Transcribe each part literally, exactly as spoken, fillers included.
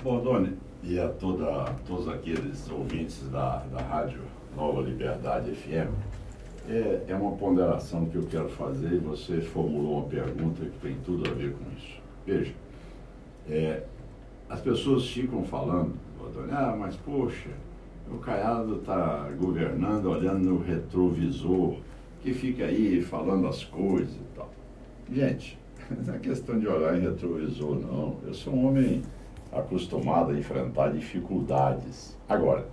Bordoni, e a toda, todos aqueles ouvintes da, da Rádio Nova Liberdade F M, é, é uma ponderação que eu quero fazer, e você formulou uma pergunta que tem tudo a ver com isso. Veja, é, as pessoas ficam falando, Bordoni, ah, mas poxa, o Caiado está governando olhando no retrovisor, que fica aí falando as coisas e tal. Gente, não é questão de olhar em retrovisor, não. Eu sou um homem acostumado a enfrentar dificuldades. Agora,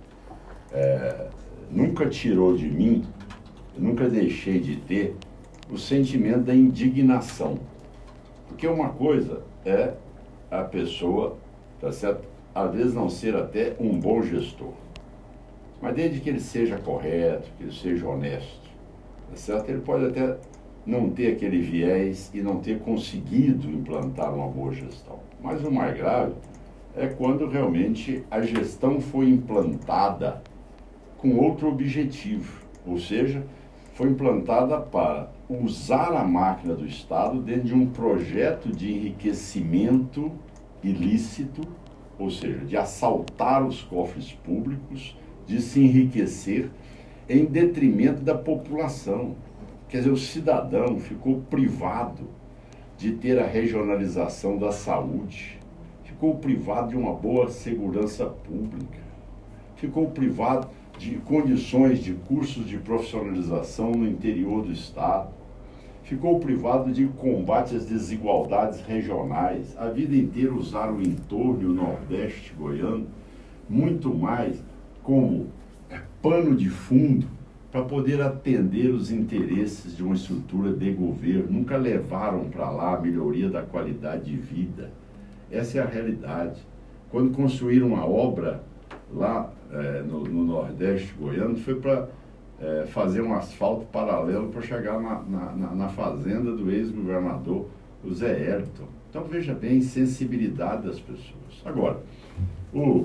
é, nunca tirou de mim, nunca deixei de ter o sentimento da indignação. Porque uma coisa é a pessoa, tá certo? Às vezes não ser até um bom gestor. Mas desde que ele seja correto, que ele seja honesto, tá certo? Ele pode até não ter aquele viés e não ter conseguido implantar uma boa gestão. Mas o mais grave é quando realmente a gestão foi implantada com outro objetivo, ou seja, foi implantada para usar a máquina do Estado dentro de um projeto de enriquecimento ilícito, ou seja, de assaltar os cofres públicos, de se enriquecer em detrimento da população. Quer dizer, o cidadão ficou privado de ter a regionalização da saúde, ficou privado de uma boa segurança pública, ficou privado de condições de cursos de profissionalização no interior do Estado, ficou privado de combate às desigualdades regionais. A vida inteira usaram o entorno, o Nordeste goiano, muito mais como pano de fundo para poder atender os interesses de uma estrutura de governo. Nunca levaram para lá a melhoria da qualidade de vida. Essa é a realidade. Quando construíram uma obra lá é, no, no Nordeste goiano, foi para é, fazer um asfalto paralelo para chegar na, na, na fazenda do ex-governador, o Zé Elton. Então, veja bem a sensibilidade das pessoas. Agora, o,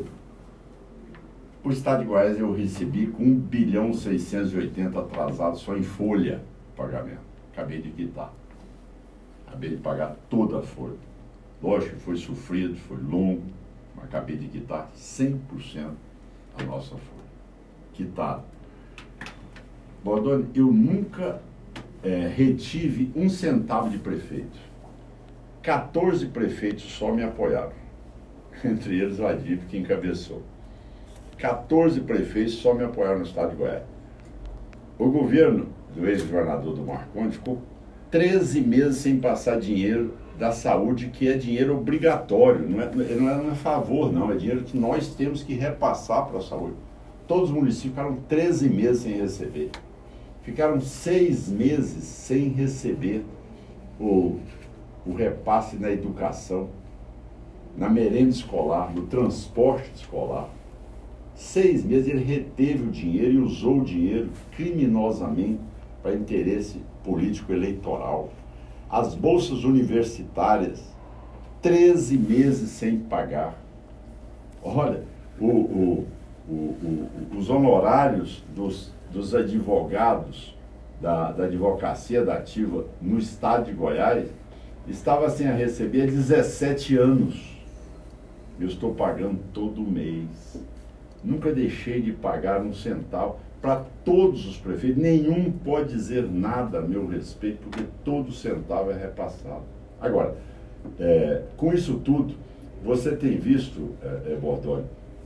o Estado de Goiás eu recebi com um bilhão seiscentos e oitenta atrasado só em folha de pagamento. Acabei de quitar. Acabei de pagar toda a folha. Lógico que foi sofrido, foi longo, mas acabei de quitar cem por cento a nossa folha. Quitado. Bordoni, eu nunca é, retive um centavo de prefeito. quatorze prefeitos só me apoiaram. Entre eles o Adib, que encabeçou. quatorze prefeitos só me apoiaram no estado de Goiás. O governo do ex-governador do Marcondes ficou treze meses sem passar dinheiro da saúde, que é dinheiro obrigatório, não é, não é, não é favor, não, é dinheiro que nós temos que repassar para a saúde. Todos os municípios ficaram treze meses sem receber. Ficaram seis meses sem receber o, o repasse na educação, na merenda escolar, no transporte escolar. Seis meses ele reteve o dinheiro e usou o dinheiro criminosamente para interesse político eleitoral. As bolsas universitárias, treze meses sem pagar. Olha, o, o, o, o, os honorários dos, dos advogados da, da advocacia da ativa no estado de Goiás estava sem a receber há dezessete anos. Eu estou pagando todo mês. Nunca deixei de pagar um centavo para todos os prefeitos. Nenhum pode dizer nada a meu respeito, porque todo centavo é repassado. Agora, é, com isso tudo, você tem visto, é, é, Bordoni,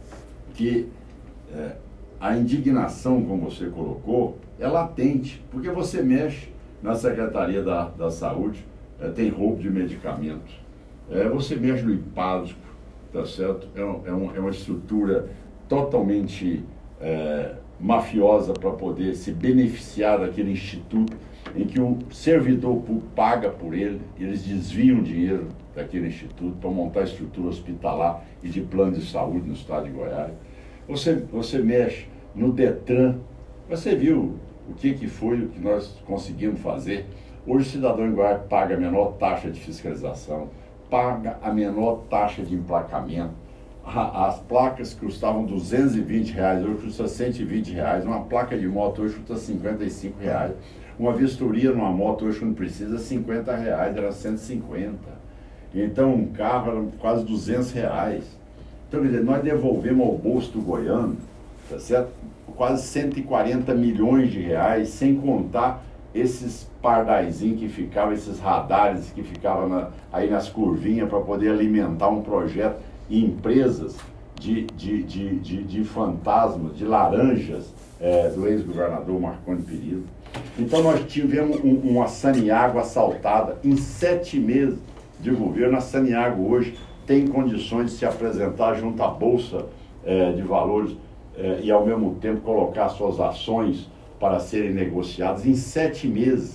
que é, a indignação, como você colocou, é latente, porque você mexe na Secretaria da, da Saúde, é, tem roubo de medicamentos, é, você mexe no IPASGO, tá certo? É, é, um, é uma estrutura totalmente é, mafiosa para poder se beneficiar daquele instituto em que o servidor público paga por ele, e eles desviam dinheiro daquele instituto para montar estrutura hospitalar e de plano de saúde no estado de Goiás. Você, você mexe no Detran, você viu o que, que foi o que nós conseguimos fazer. Hoje o cidadão em Goiás paga a menor taxa de fiscalização, paga a menor taxa de emplacamento. As placas custavam duzentos e vinte reais, hoje custa cento e vinte reais. Uma placa de moto hoje custa cinquenta e cinco reais. Uma vistoria numa moto hoje, quando precisa, cinquenta reais, era cento e cinquenta. Então um carro era quase duzentos reais. Então, quer dizer, nós devolvemos ao bolso do goiano, tá certo? Quase cento e quarenta milhões de reais, sem contar esses pardaizinhos que ficavam, esses radares que ficavam na, aí nas curvinhas para poder alimentar um projeto e empresas de, de, de, de, de fantasmas, de laranjas é, do ex-governador Marconi Perillo. Então nós tivemos um, uma Saniago assaltada em sete meses de governo. A Saniago hoje tem condições de se apresentar junto à Bolsa é, de Valores é, e ao mesmo tempo colocar suas ações para serem negociadas. Em sete meses,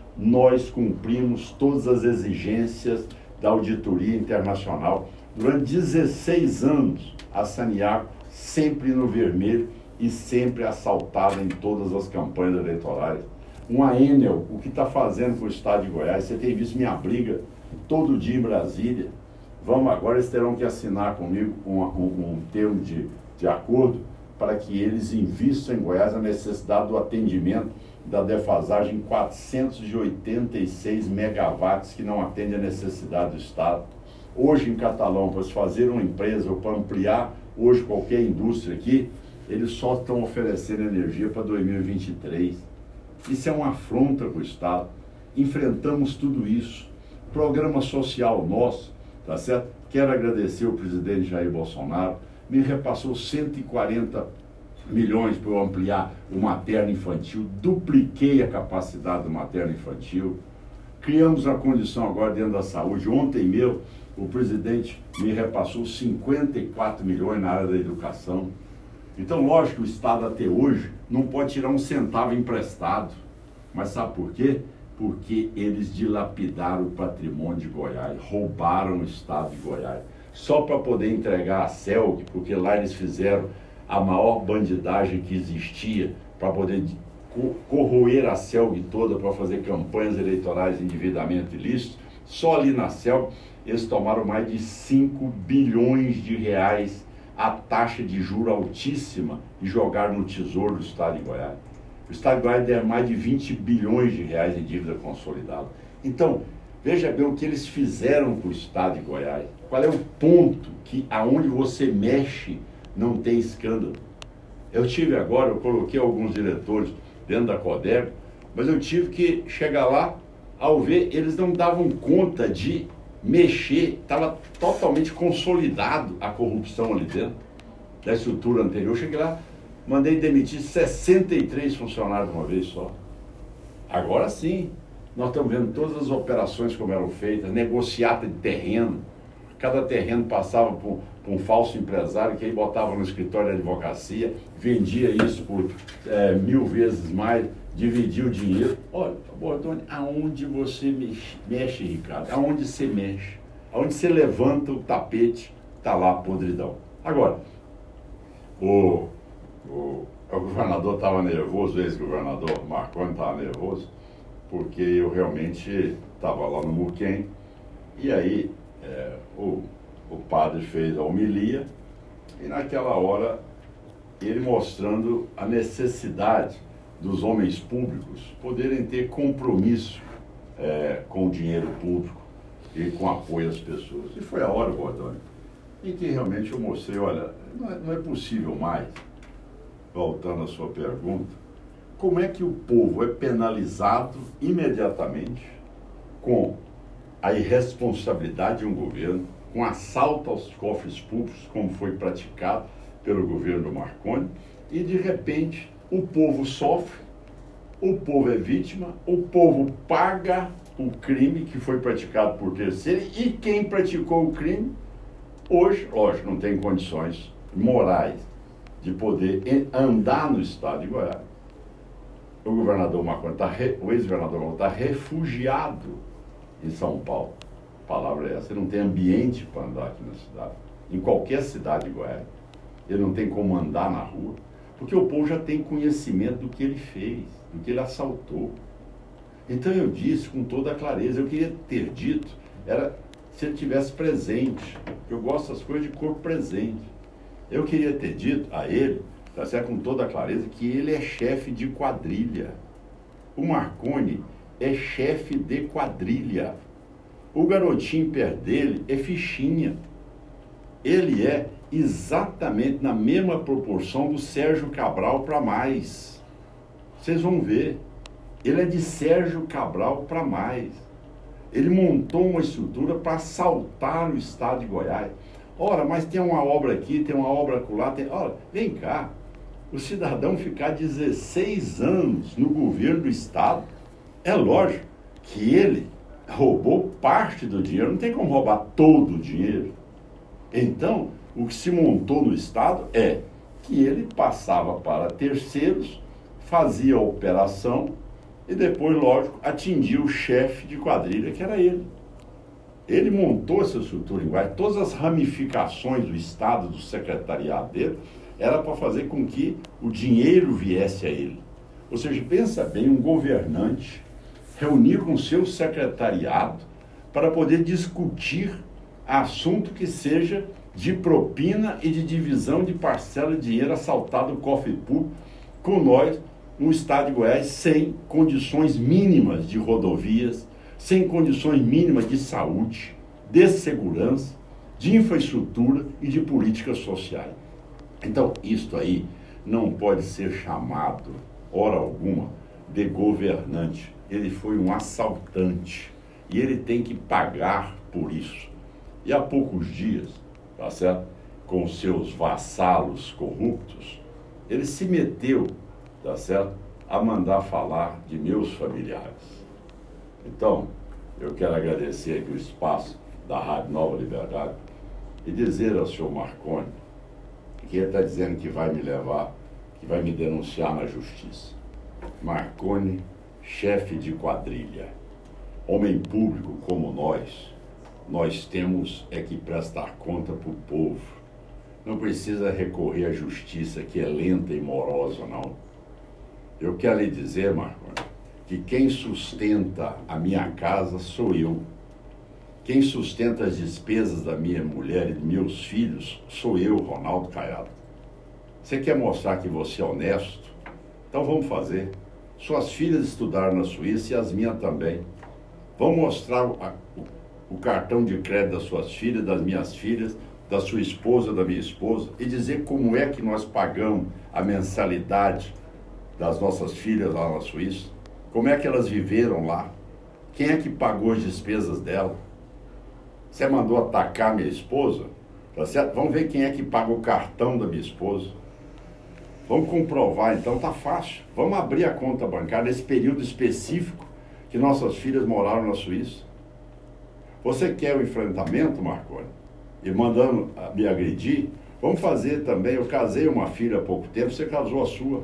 nós cumprimos todas as exigências da auditoria internacional. Durante dezesseis anos, a Saniago sempre no vermelho e sempre assaltada em todas as campanhas eleitorais. Uma Enel, o que está fazendo com o estado de Goiás? Você tem visto minha briga todo dia em Brasília. Vamos agora, eles terão que assinar comigo um, um, um termo de, de acordo para que eles invistam em Goiás a necessidade do atendimento da defasagem quatrocentos e oitenta e seis megawatts que não atende a necessidade do Estado. Hoje em Catalão, para se fazer uma empresa ou para ampliar hoje qualquer indústria aqui, eles só estão oferecendo energia para dois mil e vinte e três. Isso é uma afronta para o Estado. Enfrentamos tudo isso. Programa social nosso, tá certo? Quero agradecer o presidente Jair Bolsonaro, me repassou cento e quarenta milhões para eu ampliar o materno infantil, dupliquei a capacidade do materno infantil, criamos a condição agora dentro da saúde. Ontem mesmo, o presidente me repassou cinquenta e quatro milhões na área da educação. Então, lógico, o Estado até hoje não pode tirar um centavo emprestado. Mas sabe por quê? Porque eles dilapidaram o patrimônio de Goiás, roubaram o Estado de Goiás. Só para poder entregar a Celg, porque lá eles fizeram a maior bandidagem que existia, para poder corroer a Celg toda, para fazer campanhas eleitorais de endividamento ilícito. Só ali na Celg eles tomaram mais de cinco bilhões de reais a taxa de juros altíssima e jogaram no tesouro do Estado de Goiás. O Estado de Goiás deve mais de vinte bilhões de reais em dívida consolidada. Então, veja bem o que eles fizeram com o Estado de Goiás. Qual é o ponto que aonde você mexe não tem escândalo? Eu tive agora, eu coloquei alguns diretores dentro da Codego, mas eu tive que chegar lá, ao ver, eles não davam conta de mexer, estava totalmente consolidado a corrupção ali dentro, da estrutura anterior. Eu cheguei lá, mandei demitir sessenta e três funcionários de uma vez só. Agora sim, nós estamos vendo todas as operações como eram feitas, negociata de terreno. Cada terreno passava por, por um falso empresário que aí botava no escritório de advocacia, vendia isso por é, mil vezes mais, dividia o dinheiro. Olha, Bordoni, aonde você mexe, mexe, Ricardo? Aonde você mexe? Aonde você levanta o tapete, está lá a podridão. Agora, o, o, o governador estava nervoso, o ex-governador Marconi estava nervoso, porque eu realmente estava lá no Muquem, e aí é, o, o padre fez a homilia, e naquela hora ele mostrando a necessidade dos homens públicos poderem ter compromisso é, com o dinheiro público e com apoio às pessoas. E foi a hora, Bordoni, em que realmente eu mostrei, olha, não é, não é possível mais, voltando à sua pergunta, como é que o povo é penalizado imediatamente com a irresponsabilidade de um governo, com assalto aos cofres públicos, como foi praticado pelo governo do Marconi, e de repente o povo sofre, o povo é vítima, o povo paga o crime que foi praticado por terceiro, e quem praticou o crime, hoje, lógico, não tem condições morais de poder andar no estado de Goiás. O governador Marconi, tá re... o ex-governador Marconi está refugiado em São Paulo. A palavra é essa. Ele não tem ambiente para andar aqui na cidade. Em qualquer cidade de Goiás. Ele não tem como andar na rua. Porque o povo já tem conhecimento do que ele fez, do que ele assaltou. Então eu disse com toda a clareza, eu queria ter dito, era se ele tivesse presente. Eu gosto das coisas de corpo presente. Eu queria ter dito a ele, tá certo, com toda a clareza, que ele é chefe de quadrilha. O Marconi é chefe de quadrilha. O garotinho perto dele é fichinha. Ele é exatamente na mesma proporção do Sérgio Cabral para mais. Vocês vão ver. Ele é de Sérgio Cabral para mais. Ele montou uma estrutura para assaltar o estado de Goiás. Ora, mas tem uma obra aqui, tem uma obra acolá, tem... Ora, vem cá. O cidadão ficar dezesseis anos no governo do estado, é lógico que ele roubou parte do dinheiro, não tem como roubar todo o dinheiro. Então, o que se montou no estado é que ele passava para terceiros, fazia a operação e depois, lógico, atingia o chefe de quadrilha, que era ele. Ele montou essa estrutura em Goiás, todas as ramificações do estado, do secretariado dele, era para fazer com que o dinheiro viesse a ele. Ou seja, pensa bem, um governante reunir com seu secretariado para poder discutir assunto que seja de propina e de divisão de parcela de dinheiro assaltado do cofre público com nós no estado de Goiás sem condições mínimas de rodovias, sem condições mínimas de saúde, de segurança, de infraestrutura e de políticas sociais. Então, isto aí não pode ser chamado, hora alguma, de governante. Ele foi um assaltante e ele tem que pagar por isso. E há poucos dias, tá certo? Com seus vassalos corruptos, ele se meteu, tá certo? A mandar falar de meus familiares. Então, eu quero agradecer aqui o espaço da Rádio Nova Liberdade e dizer ao senhor Marconi que ele está dizendo que vai me levar, que vai me denunciar na justiça. Marconi, chefe de quadrilha, homem público como nós, nós temos é que prestar conta para o povo. Não precisa recorrer à justiça que é lenta e morosa, não. Eu quero lhe dizer, Marconi, que quem sustenta a minha casa sou eu. Quem sustenta as despesas da minha mulher e de meus filhos sou eu, Ronaldo Caiado. Você quer mostrar que você é honesto? Então vamos fazer. Suas filhas estudaram na Suíça e as minhas também. Vamos mostrar a, o, o cartão de crédito das suas filhas, das minhas filhas, da sua esposa, da minha esposa, e dizer como é que nós pagamos a mensalidade das nossas filhas lá na Suíça. Como é que elas viveram lá? Quem é que pagou as despesas dela? Você mandou atacar minha esposa? Tá certo? Vamos ver quem é que paga o cartão da minha esposa. Vamos comprovar, então tá fácil. Vamos abrir a conta bancária nesse período específico que nossas filhas moraram na Suíça. Você quer o enfrentamento, Marconi? E mandando me agredir? Vamos fazer também. Eu casei uma filha há pouco tempo, você casou a sua.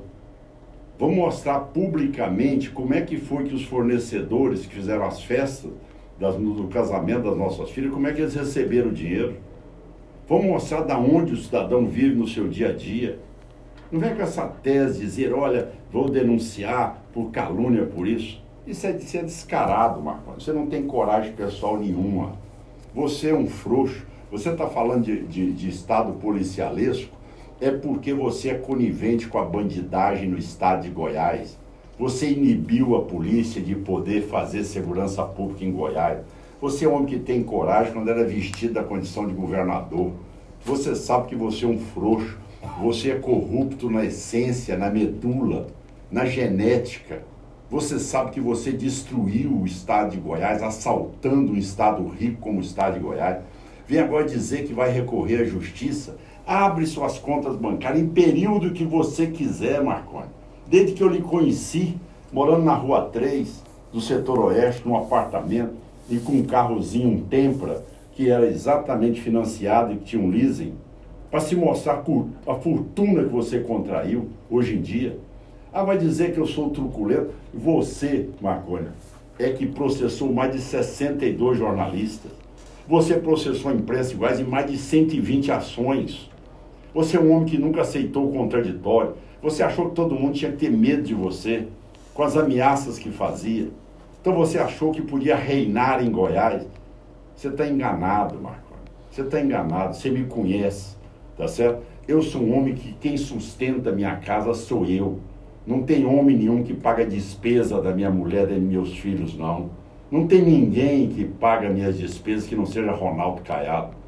Vamos mostrar publicamente como é que foi que os fornecedores que fizeram as festas das, do casamento das nossas filhas, como é que eles receberam o dinheiro. Vamos mostrar de onde o cidadão vive no seu dia a dia. Não vem com essa tese de dizer, olha, vou denunciar por calúnia por isso. Isso é, isso é descarado, Marconi. Você não tem coragem pessoal nenhuma. Você é um frouxo. Você está falando de, de, de estado policialesco, é porque você é conivente com a bandidagem no estado de Goiás. Você inibiu a polícia de poder fazer segurança pública em Goiás. Você é um homem que tem coragem quando era vestido da condição de governador. Você sabe que você é um frouxo. Você é corrupto na essência, na medula, na genética. Você sabe que você destruiu o estado de Goiás, assaltando um estado rico como o estado de Goiás. Vem agora dizer que vai recorrer à justiça. Abre suas contas bancárias em período que você quiser, Marconi. Desde que eu lhe conheci, morando na Rua três, do setor oeste, num apartamento, e com um carrozinho, um Tempra, que era exatamente financiado e que tinha um leasing, para se mostrar a fortuna que você contraiu hoje em dia. Ah, vai dizer que eu sou truculento? Você, Marconi, é que processou mais de sessenta e dois jornalistas. Você processou a imprensa iguais em mais de cento e vinte ações. Você é um homem que nunca aceitou o contraditório. Você achou que todo mundo tinha que ter medo de você, com as ameaças que fazia. Então você achou que podia reinar em Goiás. Você está enganado, Marconi. Você está enganado. Você me conhece, tá certo? Eu sou um homem que quem sustenta a minha casa sou eu. Não tem homem nenhum que paga a despesa da minha mulher e dos meus filhos, não. Não tem ninguém que paga minhas despesas que não seja Ronaldo Caiado.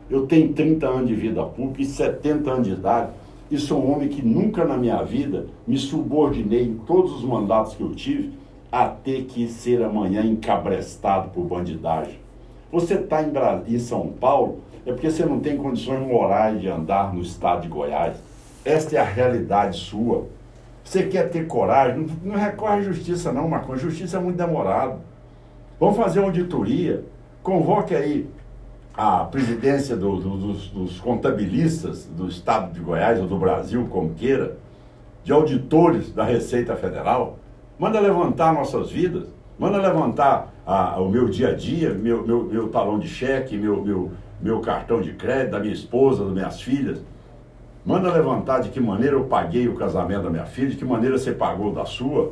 Eu tenho trinta anos de vida pública e setenta anos de idade, e sou um homem que nunca na minha vida me subordinei em todos os mandatos que eu tive a ter que ser amanhã encabrestado por bandidagem. Você está em, Bra... em São Paulo, é porque você não tem condições morais de andar no estado de Goiás. Esta é a realidade sua. Você quer ter coragem, não, não recorre à justiça não, Marconi, a justiça é muito demorado. Vamos fazer uma auditoria, convoque aí a presidência do, do, dos, dos contabilistas do estado de Goiás, ou do Brasil, como queira, de auditores da Receita Federal, manda levantar nossas vidas, manda levantar a, o meu dia a dia, meu, meu, meu talão de cheque, meu, meu, meu cartão de crédito, da minha esposa, das minhas filhas. Manda levantar de que maneira eu paguei o casamento da minha filha, de que maneira você pagou da sua.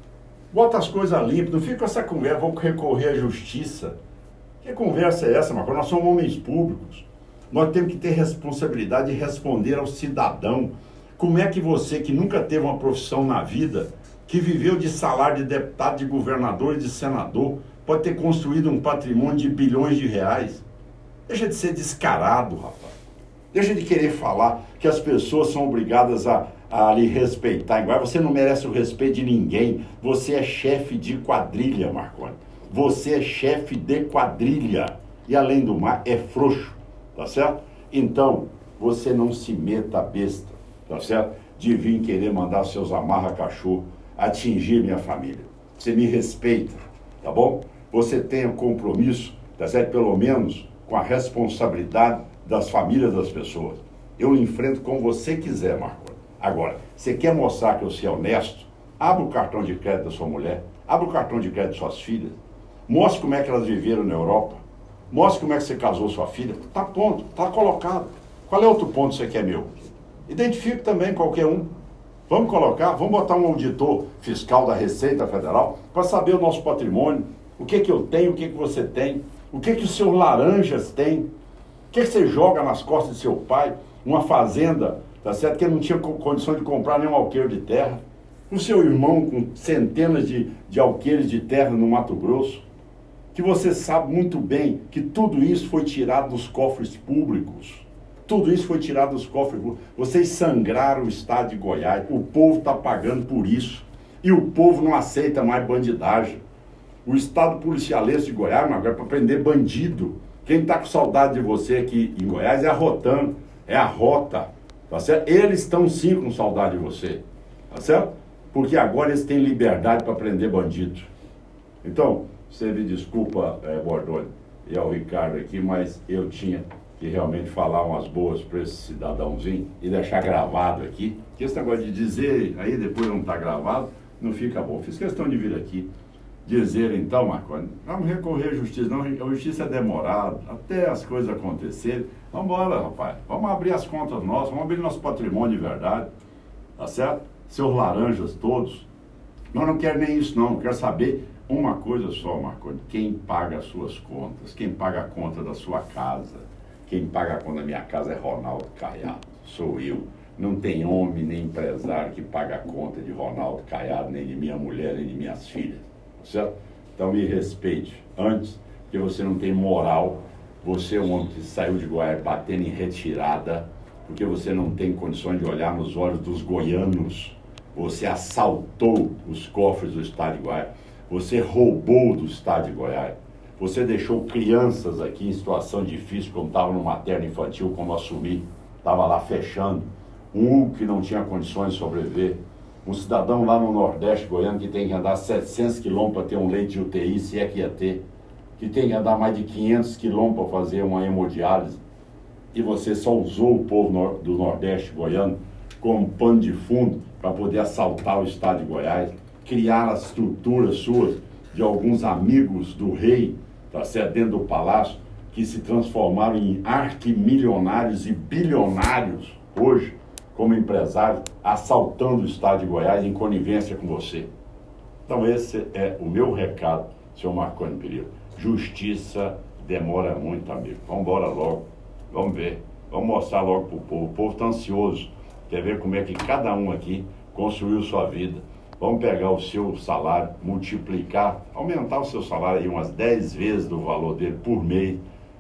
Bota as coisas limpas, não fica com essa conversa, vou recorrer à justiça. Que conversa é essa, Marcos? Nós somos homens públicos. Nós temos que ter responsabilidade de responder ao cidadão. Como é que você, que nunca teve uma profissão na vida, que viveu de salário de deputado, de governador e de senador, pode ter construído um patrimônio de bilhões de reais? Deixa de ser descarado, rapaz. Deixa de querer falar que as pessoas são obrigadas a, a lhe respeitar. Igual você não merece o respeito de ninguém. Você é chefe de quadrilha, Marconi. Você é chefe de quadrilha. E além do mais, é frouxo, tá certo? Então, você não se meta besta, tá certo? De vir querer mandar seus amarra-cachorro atingir minha família. Você me respeita, tá bom? Você tenha compromisso, tá certo? Pelo menos com a responsabilidade das famílias das pessoas. Eu enfrento como você quiser, Marco. Agora, você quer mostrar que eu sou honesto? Abra o cartão de crédito da sua mulher, abra o cartão de crédito de suas filhas, mostre como é que elas viveram na Europa, mostre como é que você casou sua filha. Tá pronto, tá colocado. Qual é outro ponto que você quer meu? Identifique também qualquer um. Vamos colocar, vamos botar um auditor fiscal da Receita Federal para saber o nosso patrimônio, o que que eu tenho, o que que você tem, o que que os seus laranjas têm, o que que você joga nas costas de seu pai, uma fazenda, tá certo, que ele não tinha condição de comprar nenhum alqueire de terra, o seu irmão com centenas de, de alqueires de terra no Mato Grosso, que você sabe muito bem que tudo isso foi tirado dos cofres públicos. Tudo isso foi tirado dos cofres públicos. Vocês sangraram o estado de Goiás. O povo está pagando por isso. E o povo não aceita mais bandidagem. O estado policialesco de Goiás, mas agora é para prender bandido. Quem está com saudade de você aqui em Goiás é a Rotan, é a Rota. Tá certo? Eles estão sim com saudade de você. Tá certo? Porque agora eles têm liberdade para prender bandido. Então, você me desculpa, é, Bordoni, e ao Ricardo aqui, mas eu tinha que realmente falar umas boas para esse cidadãozinho e deixar gravado aqui, que esse negócio de dizer, aí depois não está gravado, não fica bom. Fiz questão de vir aqui dizer, então, Marconi, vamos recorrer à justiça. Não, a justiça é demorada, até as coisas acontecerem. Vamos embora, rapaz. Vamos abrir as contas nossas, vamos abrir nosso patrimônio de verdade, tá certo? Seus laranjas todos. Nós não queremos nem isso, não. Quero saber uma coisa só, Marconi. Quem paga as suas contas? Quem paga a conta da sua casa? Quem paga a conta da minha casa é Ronaldo Caiado, sou eu. Não tem homem nem empresário que paga a conta de Ronaldo Caiado, nem de minha mulher, nem de minhas filhas, certo? Então me respeite. Antes, que você não tem moral, você é um homem que saiu de Goiás batendo em retirada, porque você não tem condições de olhar nos olhos dos goianos. Você assaltou os cofres do estado de Goiás, você roubou do estado de Goiás. Você deixou crianças aqui em situação difícil, como estava no materno infantil, como assumi, estava lá fechando. Um Hugo que não tinha condições de sobreviver. Um cidadão lá no Nordeste goiano que tem que andar setecentos quilômetros para ter um leite de U T I, se é que ia ter. Que tem que andar mais de quinhentos quilômetros para fazer uma hemodiálise. E você só usou o povo do Nordeste goiano como pano de fundo para poder assaltar o estado de Goiás, criar as estruturas suas de alguns amigos do rei, tá certo, dentro do palácio, que se transformaram em arquimilionários e bilionários hoje, como empresários, assaltando o estado de Goiás em conivência com você. Então esse é o meu recado, senhor Marconi Perillo. Justiça demora muito, amigo. Vamos embora logo, vamos ver, vamos mostrar logo para o povo. O povo está ansioso, quer ver como é que cada um aqui construiu sua vida. Vamos pegar o seu salário, multiplicar, aumentar o seu salário aí umas dez vezes do valor dele por mês,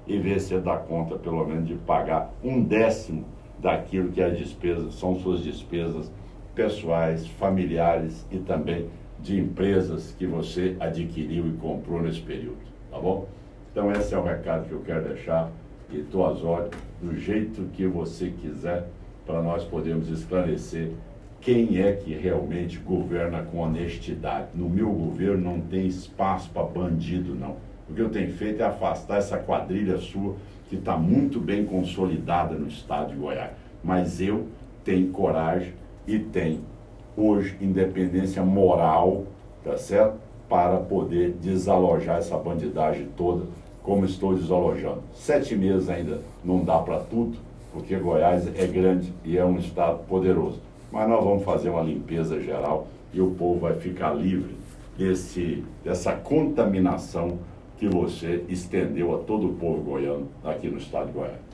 e ver se dá conta, pelo menos, de pagar um décimo daquilo que as despesas, são suas despesas pessoais, familiares e também de empresas que você adquiriu e comprou nesse período, tá bom? Então esse é o recado que eu quero deixar e estou às ordens, do jeito que você quiser, para nós podermos esclarecer quem é que realmente governa com honestidade. No meu governo não tem espaço para bandido, não. O que eu tenho feito é afastar essa quadrilha sua, que está muito bem consolidada no estado de Goiás. Mas eu tenho coragem e tenho, hoje, independência moral, tá certo? Para poder desalojar essa bandidagem toda, como estou desalojando. Sete meses ainda não dá para tudo, porque Goiás é grande e é um estado poderoso. Mas nós vamos fazer uma limpeza geral e o povo vai ficar livre desse, dessa contaminação que você estendeu a todo o povo goiano aqui no estado de Goiás.